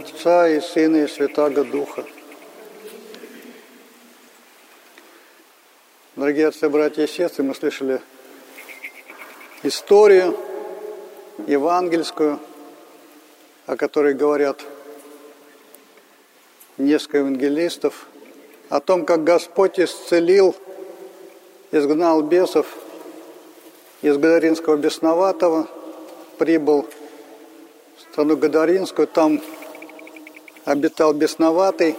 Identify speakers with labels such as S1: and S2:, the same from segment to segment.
S1: Отца и Сына и Святаго Духа. Дорогие отцы, братья и сестры, мы слышали историю евангельскую, о которой говорят несколько евангелистов, о том, как Господь исцелил, изгнал бесов из Гадаринского бесноватого, прибыл в страну Гадаринскую, там обитал бесноватый,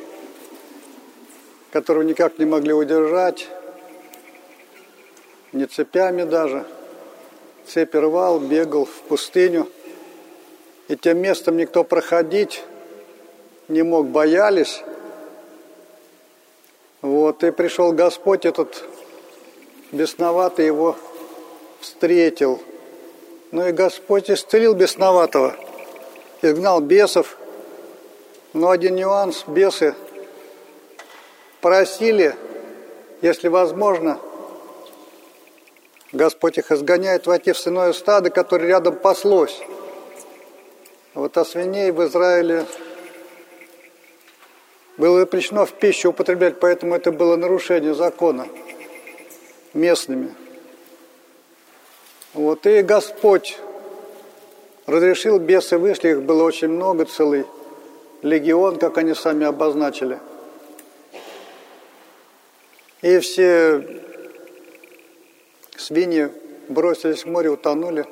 S1: которого никак не могли удержать, не цепями даже. Цепи рвал, бегал в пустыню, и тем местом никто проходить не мог, боялись. Вот, и пришел Господь, этот бесноватый его встретил. Ну и Господь исцелил бесноватого, изгнал бесов. Но один нюанс: бесы просили, если возможно, Господь их изгоняет, войти в свиное стадо, которое рядом паслось. Вот а свиней в Израиле было запрещено в пищу употреблять, поэтому это было нарушение закона местными. Вот и Господь разрешил, бесы вышли, их было очень много, целый легион, как они сами обозначили. И все свиньи бросились в море, утонули.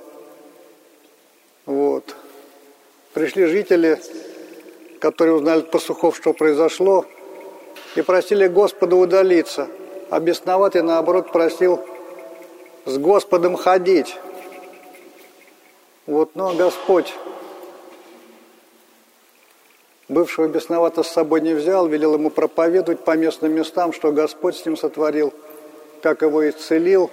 S1: Вот. Пришли жители, которые узнали от пастухов, что произошло, и просили Господа удалиться. А бесноватый, наоборот, просил с Господом ходить. Вот, но Господь бывшего бесноватого с собой не взял, велел ему проповедовать по местным местам, что Господь с ним сотворил, как его исцелил.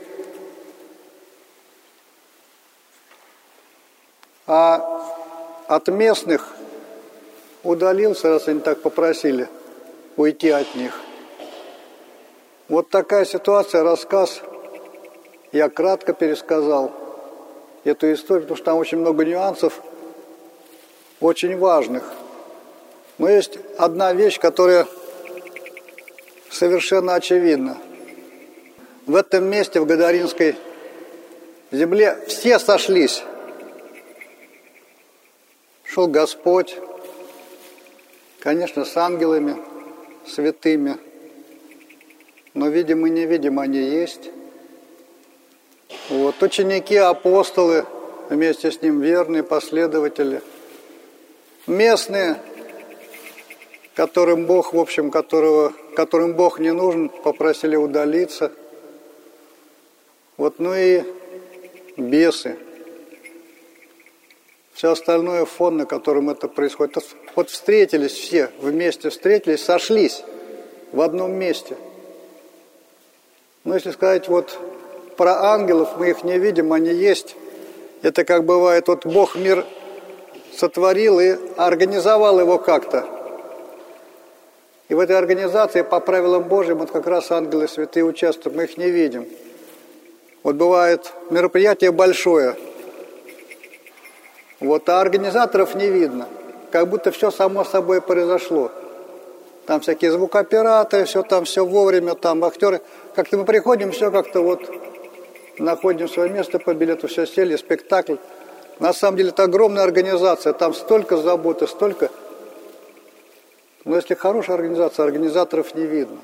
S1: А от местных удалился, раз они так попросили, уйти от них. Вот такая ситуация, рассказ. Я кратко пересказал эту историю, потому что там очень много нюансов, очень важных. Но есть одна вещь, которая совершенно очевидна. В этом месте, в Гадаринской земле, все сошлись. Шел Господь, конечно, с ангелами, святыми, но видимо и невидимо они есть. Вот, ученики, апостолы, вместе с ним верные последователи, местные, которым Бог, в общем, которым Бог не нужен, попросили удалиться. Вот, ну и бесы. Все остальное фон, на котором это происходит. Вот встретились все, вместе встретились, сошлись в одном месте. Но если сказать вот про ангелов, мы их не видим, они есть. Это как бывает, вот Бог мир сотворил и организовал его как-то. И в этой организации по правилам Божьим вот как раз ангелы святые участвуют, мы их не видим. Вот бывает мероприятие большое, вот, а организаторов не видно, как будто все само собой произошло. Там всякие звукооператоры, все там, все вовремя, там актеры. Как-то мы приходим, все как-то вот находим свое место по билету, все сели, спектакль. На самом деле это огромная организация, там столько заботы, столько. Но если хорошая организация, организаторов не видно.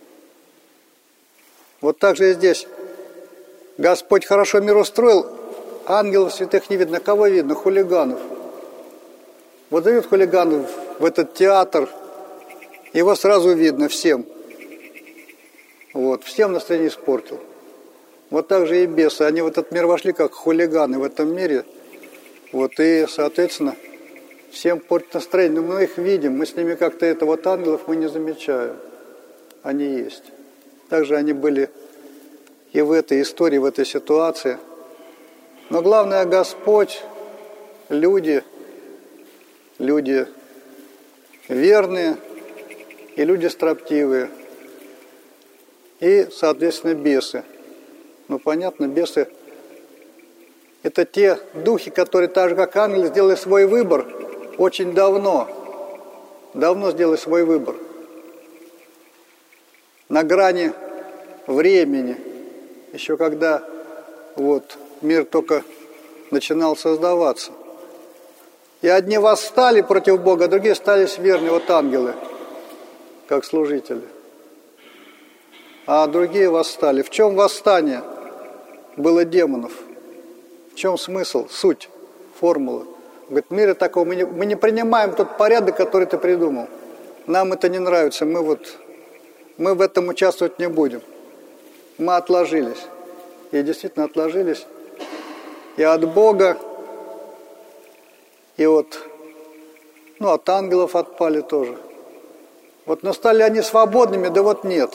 S1: Вот так же и здесь. Господь хорошо мир устроил, ангелов святых не видно. Кого видно? Хулиганов. Вот зовут хулиганов в этот театр, его сразу видно всем. Вот, всем настроение испортил. Вот так же и бесы. Они в этот мир вошли как хулиганы в этом мире. Вот, и, соответственно, всем портит настроение. Но мы их видим, мы с ними как-то это, вот ангелов мы не замечаем. Они есть. Также они были и в этой истории, в этой ситуации. Но главное, Господь, люди верные и люди строптивые. И, соответственно, бесы. Ну, понятно, бесы – это те духи, которые, так же как ангелы, сделали свой выбор очень давно. давно сделали свой выбор. На грани времени, еще когда мир только начинал создаваться. И одни восстали против Бога, а другие остались верны, ангелы, как служители. А другие восстали. В чем восстание было демонов? В чем смысл, суть, формула? Говорит, в мире такого мы не принимаем тот порядок, который ты придумал. Нам это не нравится, мы в этом участвовать не будем. Мы отложились. И действительно отложились. И от Бога, и от ангелов отпали тоже. Но стали они свободными, да нет.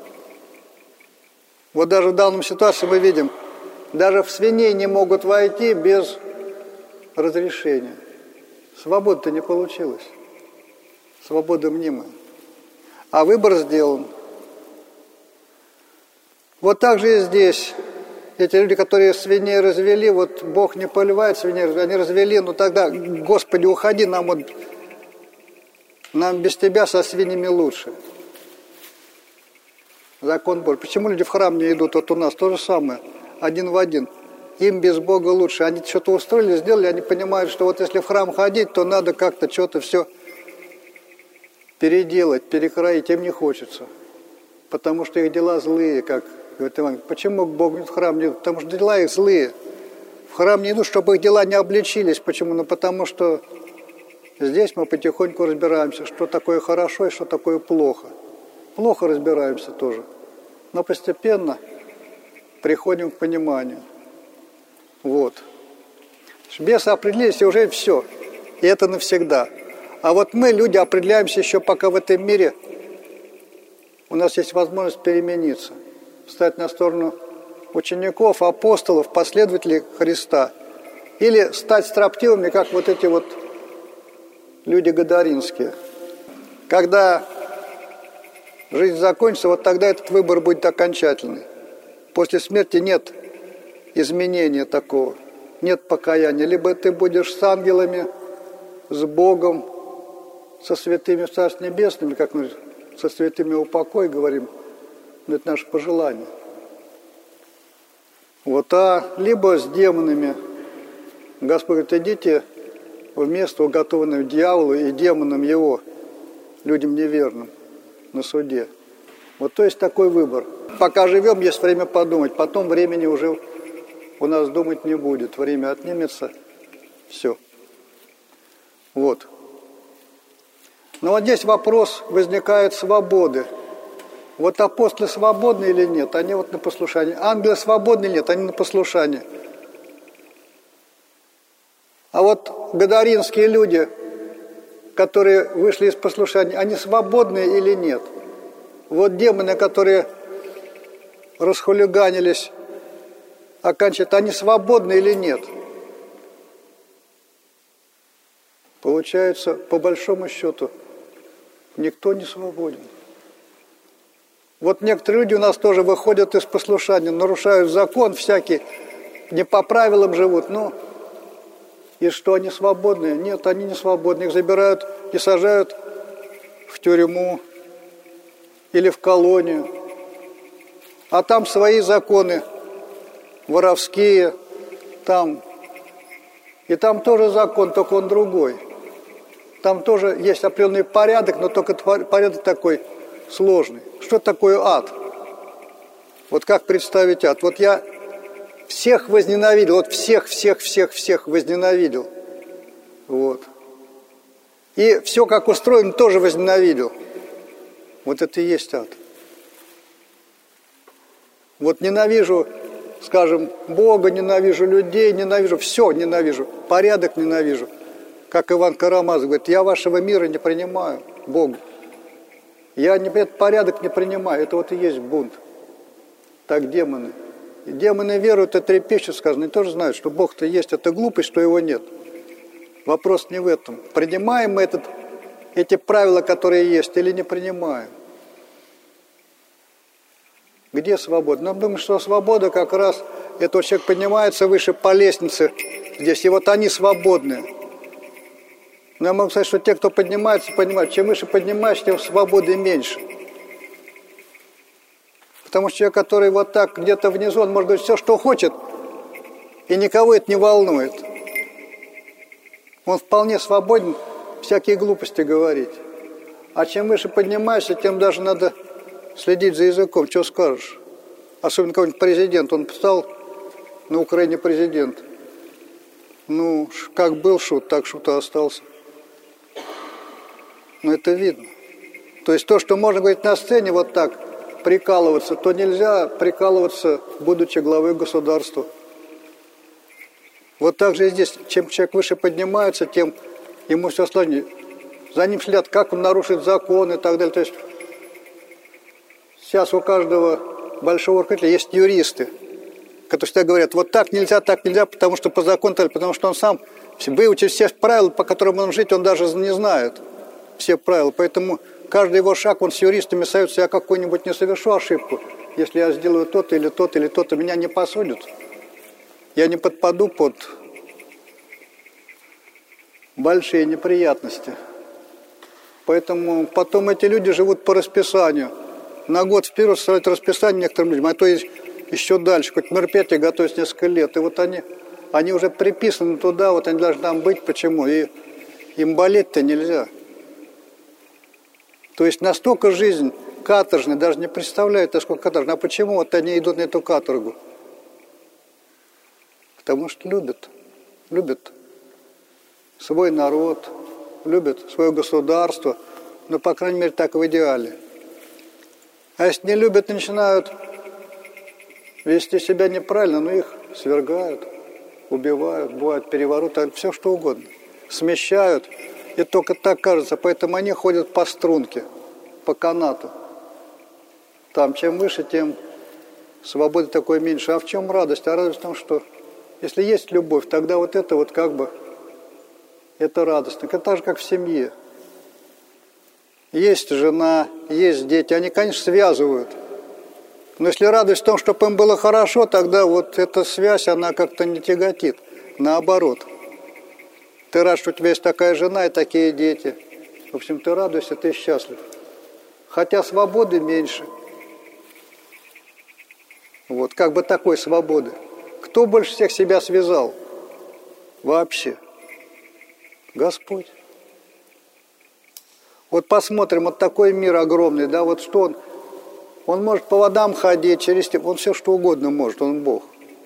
S1: Даже в данном ситуации мы видим, даже в свиней не могут войти без разрешения. Свобода-то не получилась. Свобода мнимая. А выбор сделан. Так же и здесь. Эти люди, которые свиней развели, Бог не поливает свиней, они развели, тогда, Господи, уходи, нам без Тебя со свиньями лучше. Закон Божий. Почему люди в храм не идут? У нас то же самое, один в один. Им без Бога лучше. Они что-то устроили, сделали, они понимают, что если в храм ходить, то надо как-то что-то все переделать, перекроить. Им не хочется. Потому что их дела злые, как говорит Иван. Почему Бог в храм не идут? Потому что дела их злые. В храм не идут, чтобы их дела не обличились. Почему? Потому что здесь мы потихоньку разбираемся, что такое хорошо и что такое плохо. Плохо разбираемся тоже. Но постепенно приходим к пониманию. Бесы определились, и уже все. И это навсегда. А мы, люди, определяемся еще пока в этом мире. У нас есть возможность перемениться. Встать на сторону учеников, апостолов, последователей Христа. Или стать строптивыми, как эти люди гадаринские. Когда жизнь закончится, тогда этот выбор будет окончательный. После смерти нет изменения такого, нет покаяния. Либо ты будешь с ангелами, с Богом, со святыми в Царстве Небесном, как мы со святыми упокой говорим, это наше пожелание. Либо с демонами. Господь говорит, идите в место, уготованное дьяволу и демонам его, людям неверным, на суде. То есть такой выбор. Пока живем, есть время подумать, потом времени уже у нас думать не будет. Время отнимется, все. Но здесь вопрос возникает свободы. Апостолы свободны или нет? Они на послушании. Ангелы свободны или нет? Они на послушании. А гадаринские люди, которые вышли из послушания, они свободны или нет? Демоны, которые расхулиганились окончательно, они свободны или нет? Получается, по большому счету, никто не свободен. Некоторые люди у нас тоже выходят из послушания, нарушают закон всякий, не по правилам живут. И что, они свободны? Нет, они не свободны. Их забирают и сажают в тюрьму или в колонию. А там свои законы, воровские, И там тоже закон, только он другой. Там тоже есть определенный порядок, но только порядок такой сложный. Что такое ад? Как представить ад? Я всех возненавидел, всех возненавидел. И все, как устроено, тоже возненавидел. Это и есть ад. Ненавижу, скажем, Бога, ненавижу людей, ненавижу, все ненавижу, порядок ненавижу. Как Иван Карамазов говорит, я вашего мира не принимаю, Богу. Я этот порядок не принимаю, это и есть бунт. Так демоны. И демоны веруют и трепещут, сказано, и тоже знают, что Бог-то есть, это глупость, что его нет. Вопрос не в этом. Принимаем мы эти правила, которые есть, или не принимаем? Где свобода? Но я думаю, что свобода как раз, это человек поднимается выше по лестнице здесь, и они свободны. Но я могу сказать, что те, кто поднимается, понимают, чем выше поднимаешься, тем свободы меньше. Потому что человек, который вот так где-то внизу, он может говорить все, что хочет, и никого это не волнует. Он вполне свободен всякие глупости говорить. А чем выше поднимаешься, тем даже надо следить за языком. Что скажешь? Особенно какой-нибудь президент. Он стал на Украине президент. Ну, как был шут, так шут и остался. Но это видно. То есть то, что можно говорить на сцене вот так, прикалываться, то нельзя прикалываться, будучи главой государства. Вот так же и здесь. Чем человек выше поднимается, тем ему все сложнее. За ним следят, как он нарушит закон и так далее. То есть сейчас у каждого большого руководителя есть юристы, которые всегда говорят, вот так нельзя, потому что по закону, потому что он сам, выучив все правила, по которым он жить, он даже не знает все правила. Поэтому каждый его шаг, он с юристами советуется, я какую-нибудь не совершу ошибку, если я сделаю то-то или то-то или то-то, меня не посудят. Я не подпаду под большие неприятности. Поэтому потом эти люди живут по расписанию. На год вперед составляют расписание некоторым людям, а то есть еще дальше, хоть мероприятие готовится несколько лет. И вот они уже приписаны туда, вот они должны там быть. Почему? И им болеть-то нельзя. То есть настолько жизнь каторжная, даже не представляют, насколько каторжная. А почему вот они идут на эту каторгу? Потому что любят свой народ, любят свое государство, ну, по крайней мере, так в идеале. А если не любят и начинают вести себя неправильно, ну, их свергают, убивают, бывают перевороты, все что угодно. Смещают, и только так кажется, поэтому они ходят по струнке, по канату. Там чем выше, тем свободы такой меньше. А в чем радость? А радость в том, что если есть любовь, тогда вот это вот как бы, это радостно. Это так же, как в семье. Есть жена, есть дети, они, конечно, связывают. Но если радость в том, чтобы им было хорошо, тогда вот эта связь, она как-то не тяготит. Наоборот. Ты рад, что у тебя есть такая жена и такие дети. В общем, ты радуешься, ты счастлив. Хотя свободы меньше. Вот, как бы такой свободы. Кто больше всех себя связал? Вообще. Господь. Вот посмотрим, вот такой мир огромный, да, вот что он может по водам ходить, через степь, он все что угодно может, он Бог.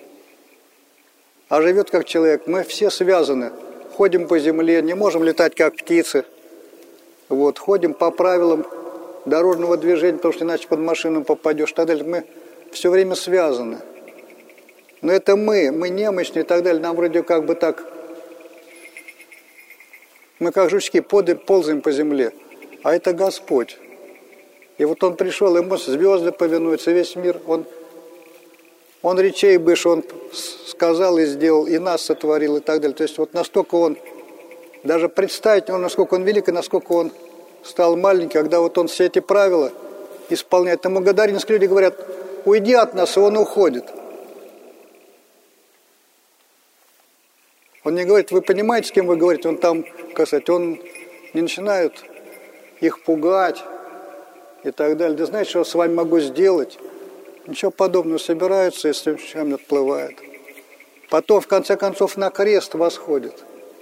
S1: А живет как человек, мы все связаны, ходим по земле, не можем летать как птицы, вот, ходим по правилам дорожного движения, потому что иначе под машину попадешь, и так далее, мы все время связаны. Но это мы немощные и так далее, нам вроде как бы так, мы как жучки ползаем по земле, а это Господь. И вот Он пришел, ему звезды повинуются, весь мир, он речей выше, он сказал и сделал, и нас сотворил и так далее. То есть вот настолько он, даже представить, насколько он велик и насколько он стал маленький, когда вот он все эти правила исполняет. Ему благодарность люди говорят, уйди от нас, и он уходит. Он не говорит, вы понимаете, с кем вы говорите, он там, как сказать, он не начинает их пугать и так далее. Да знаете, что я с вами могу сделать? Ничего подобного, собираются и с чем отплывают. Потом, в конце концов, на крест восходит.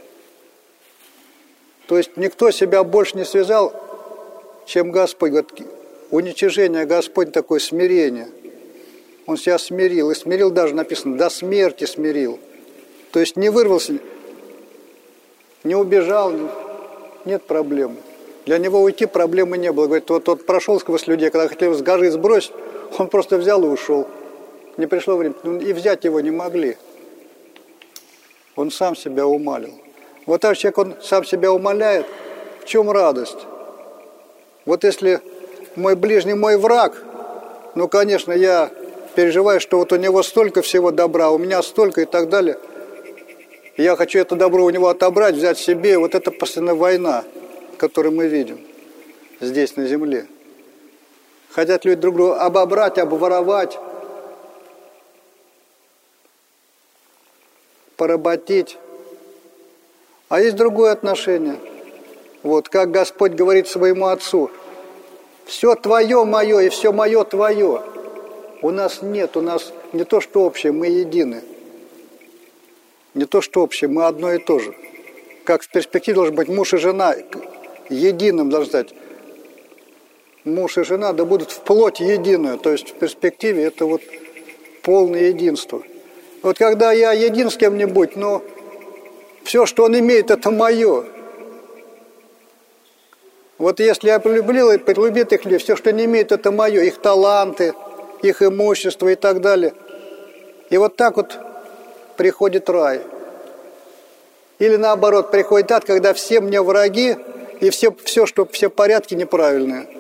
S1: То есть никто себя больше не связал, чем Господь. Говорит, уничижение Господь такое смирение. Он себя смирил. И смирил даже написано, до смерти смирил. То есть не вырвался, не убежал, нет проблем. Для него уйти проблемы не было. Говорит, вот он прошел сквозь людей, когда хотели с горы сбросить, он просто взял и ушел. Не пришло время, и взять его не могли. Он сам себя умалил. Вот так человек, он сам себя умаляет. В чем радость? Вот если мой ближний мой враг, ну, конечно, я переживаю, что вот у него столько всего добра, у меня столько и так далее. Я хочу это добро у него отобрать, взять себе. Вот это постоянная война, которую мы видим здесь, на земле. Хотят люди друг друга обобрать, обворовать, поработить. А есть другое отношение. Вот как Господь говорит своему Отцу: все твое мое и все мое твое. У нас нет, у нас не то что общее, мы едины. Не то что общее, мы одно и то же. Как в перспективе должен быть муж и жена, единым должны стать. Муж и жена да будут вплоть единую. То есть в перспективе это вот полное единство. Вот когда я един с кем-нибудь, но все, что он имеет, это мое. Вот если я полюбил этих людей, все, что они имеют, это мое. Их таланты, их имущество и так далее. И вот так вот приходит рай. Или наоборот, приходит ад, когда все мне враги, и все порядки неправильные.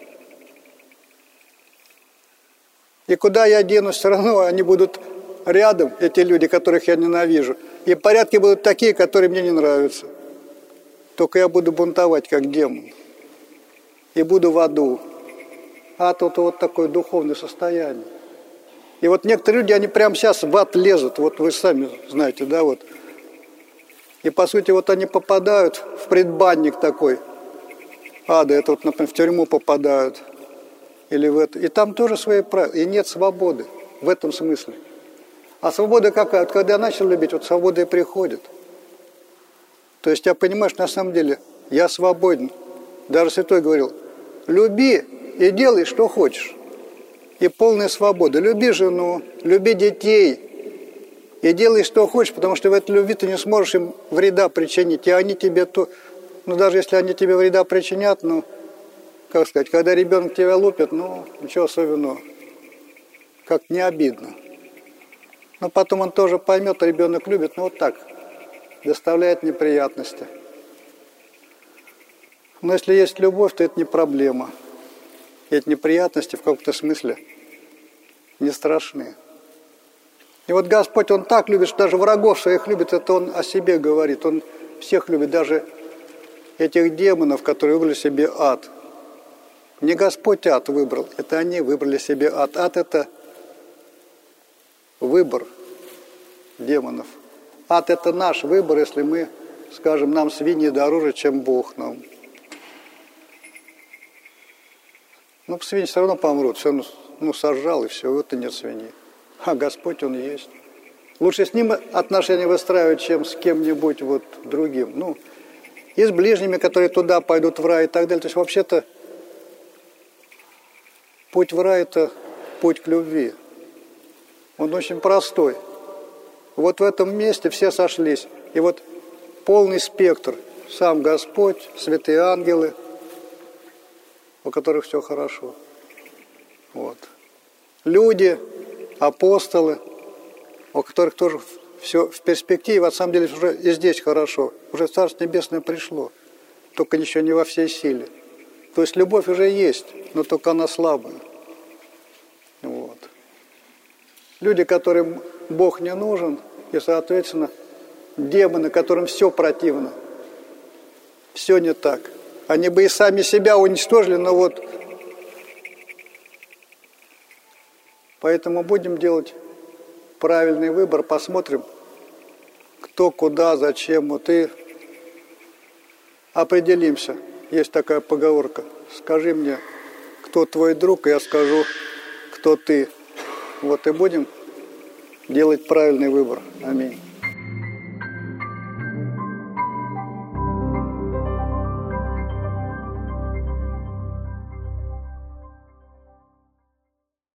S1: И куда я денусь, все равно они будут рядом, эти люди, которых я ненавижу. И порядки будут такие, которые мне не нравятся. Только я буду бунтовать, как демон. И буду в аду. Ад – это вот такое духовное состояние. И вот некоторые люди, они прямо сейчас в ад лезут. Вот вы сами знаете, да, вот. И по сути вот они попадают в предбанник такой ада. Это вот, например, в тюрьму попадают. Или в это. И там тоже свои правила. И нет свободы в этом смысле. А свобода какая? Вот когда я начал любить, вот свобода и приходит. То есть я понимаю, что на самом деле я свободен. Даже Святой говорил: люби и делай, что хочешь. И полная свобода. Люби жену, люби детей. И делай, что хочешь, потому что в этой любви ты не сможешь им вреда причинить. И они тебе, даже если они тебе вреда причинят, как сказать, когда ребенок тебя лупит, ничего особенного. Как не обидно. Но потом он тоже поймет, ребенок любит, вот так, доставляет неприятности. Но если есть любовь, то это не проблема. И эти неприятности в каком-то смысле не страшны. И вот Господь, Он так любит, что даже врагов своих любит, это Он о себе говорит. Он всех любит, даже этих демонов, которые выбрали себе ад. Не Господь ад выбрал, это они выбрали себе ад. Ад – это выбор демонов. Ад – это наш выбор, если мы скажем: нам свиньи дороже, чем Бог нам. Свиньи все равно помрут, все сожрал, и все, вот и нет свиньи. А Господь, Он есть. Лучше с Ним отношения выстраивать, чем с кем-нибудь вот другим. И с ближними, которые туда пойдут в рай и так далее. То есть вообще-то путь в рай – это путь к любви. Он очень простой. Вот в этом месте все сошлись. И вот полный спектр. Сам Господь, святые ангелы, у которых все хорошо. Вот. Люди, апостолы, у которых тоже все в перспективе, на самом деле уже и здесь хорошо. Уже Царство Небесное пришло, только еще не во всей силе. То есть любовь уже есть, но только она слабая. Вот. Люди, которым Бог не нужен, и, соответственно, демоны, которым все противно, все не так. Они бы и сами себя уничтожили, но вот. Поэтому будем делать правильный выбор, посмотрим, кто, куда, зачем. Вот и определимся. Есть такая поговорка: скажи мне, кто твой друг, и я скажу, кто ты. Вот и будем делать правильный выбор. Аминь.